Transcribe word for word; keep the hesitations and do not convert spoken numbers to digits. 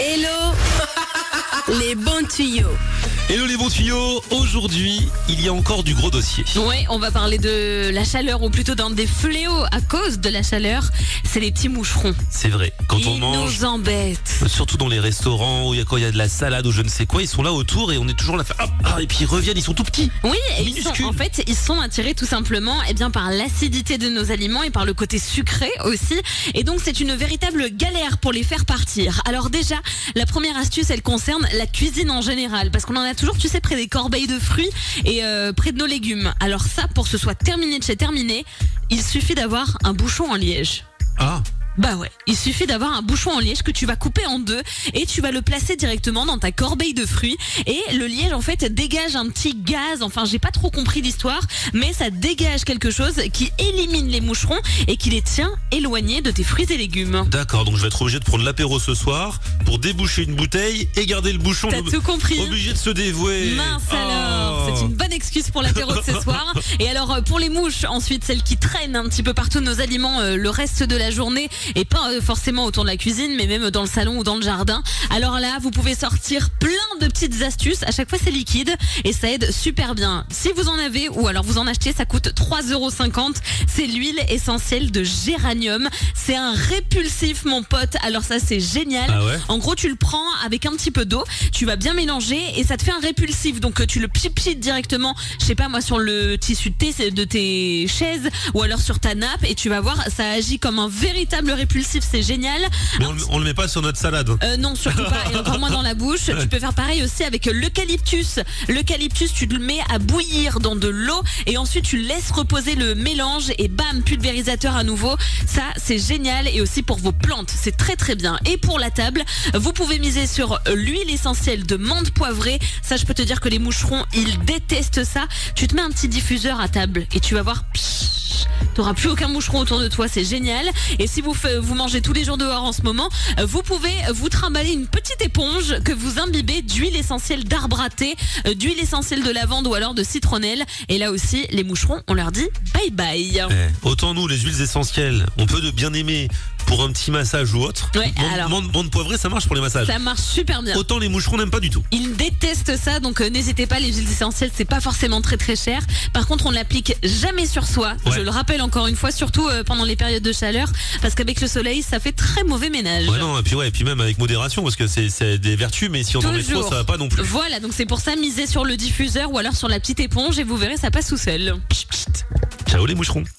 Hello les bons tuyaux. Hello les bons tuyaux, aujourd'hui il y a encore du gros dossier. Ouais, on va parler de la chaleur, ou plutôt d'un des fléaux à cause de la chaleur, c'est les petits moucherons. C'est vrai, quand ils on mange, nous embêtent. surtout dans les restaurants, où il y a, quand il y a de la salade ou je ne sais quoi, ils sont là autour et on est toujours là, hop, ah, et puis ils reviennent, ils sont tout petits. Oui, et ils minuscules. sont, en fait, ils sont attirés tout simplement eh bien, par l'acidité de nos aliments et par le côté sucré aussi. Et donc c'est une véritable galère pour les faire partir. Alors déjà, la première astuce, elle concerne la cuisine en général, parce qu'on en a toujours, tu sais, près des corbeilles de fruits et euh, près de nos légumes. Alors ça, pour que ce soit terminé de chez terminé, il suffit d'avoir un bouchon en liège. Ah. Bah ouais, il suffit d'avoir un bouchon en liège que tu vas couper en deux et tu vas le placer directement dans ta corbeille de fruits, et le liège en fait dégage un petit gaz, enfin j'ai pas trop compris l'histoire, mais ça dégage quelque chose qui élimine les moucherons et qui les tient éloignés de tes fruits et légumes. D'accord, donc je vais être obligé de prendre l'apéro ce soir pour déboucher une bouteille et garder le bouchon. T'as tout compris. Obligé de se dévouer. Mince alors, Oh. c'est une bonne excuse pour l'apéro de ce soir. Et alors pour les mouches, ensuite celles qui traînent un petit peu partout nos aliments euh, le reste de la journée, et pas euh, forcément autour de la cuisine, mais même dans le salon ou dans le jardin. Alors là, vous pouvez sortir plein de petites astuces. À chaque fois, c'est liquide et ça aide super bien. Si vous en avez, ou alors vous en achetez, ça coûte trois euros cinquante. C'est l'huile essentielle de géranium. C'est un répulsif, mon pote. Alors ça, c'est génial. Ah ouais. En gros, tu le prends avec un petit peu d'eau, tu vas bien mélanger et ça te fait un répulsif. Donc tu le pipites directement, je sais pas moi, sur le tissu de tes, de tes chaises ou alors sur ta nappe, et tu vas voir, ça agit comme un véritable répulsif. C'est génial. Mais on, le- on le met pas sur notre salade. Euh, non, surtout pas, et encore moins dans la bouche. Tu peux faire pareil aussi avec l'eucalyptus. L'eucalyptus, tu le mets à bouillir dans de l'eau et ensuite tu laisses reposer le mélange et bam, pulvérisateur à nouveau. Ça, c'est génial. Et aussi pour vos plantes, c'est très très bien. Et pour la table, vous pouvez miser sur l'huile essentielle de menthe poivrée. Ça, je peux te dire que les moucherons, ils détestent ça. Tu te mets un petit diffuseur à table et tu vas voir, psh, t'auras plus aucun moucheron autour de toi. C'est génial. Et si vous, f- vous mangez tous les jours dehors en ce moment, euh, vous pouvez vous trimballer une petite éponge que vous imbibez d'huile essentielle d'arbre à thé, euh, d'huile essentielle de lavande ou alors de citronnelle. Et là aussi, les moucherons, on leur dit bye bye. Eh, autant nous, les huiles essentielles, on peut de bien aimer pour un petit massage ou autre. Ouais, Menthe- alors. menthe- menthe poivrée, ça marche pour les massages. Ça marche super bien. Autant les moucherons n'aiment pas du tout. Ils détestent ça, donc euh, n'hésitez pas, les huiles essentielles, c'est pas forcément très très cher. Par contre, on l'applique jamais sur soi. Ouais. Je le rappelle encore une fois, surtout euh, pendant les périodes de chaleur, parce qu'avec le soleil, ça fait très mauvais ménage. Ouais, non, et puis ouais, et puis même avec modération, parce que c'est c'est des vertus, mais si on en met trop, Toujours. ça va pas non plus. Voilà, donc c'est pour ça, misez sur le diffuseur ou alors sur la petite éponge et vous verrez, ça passe tout seul. Ciao les moucherons.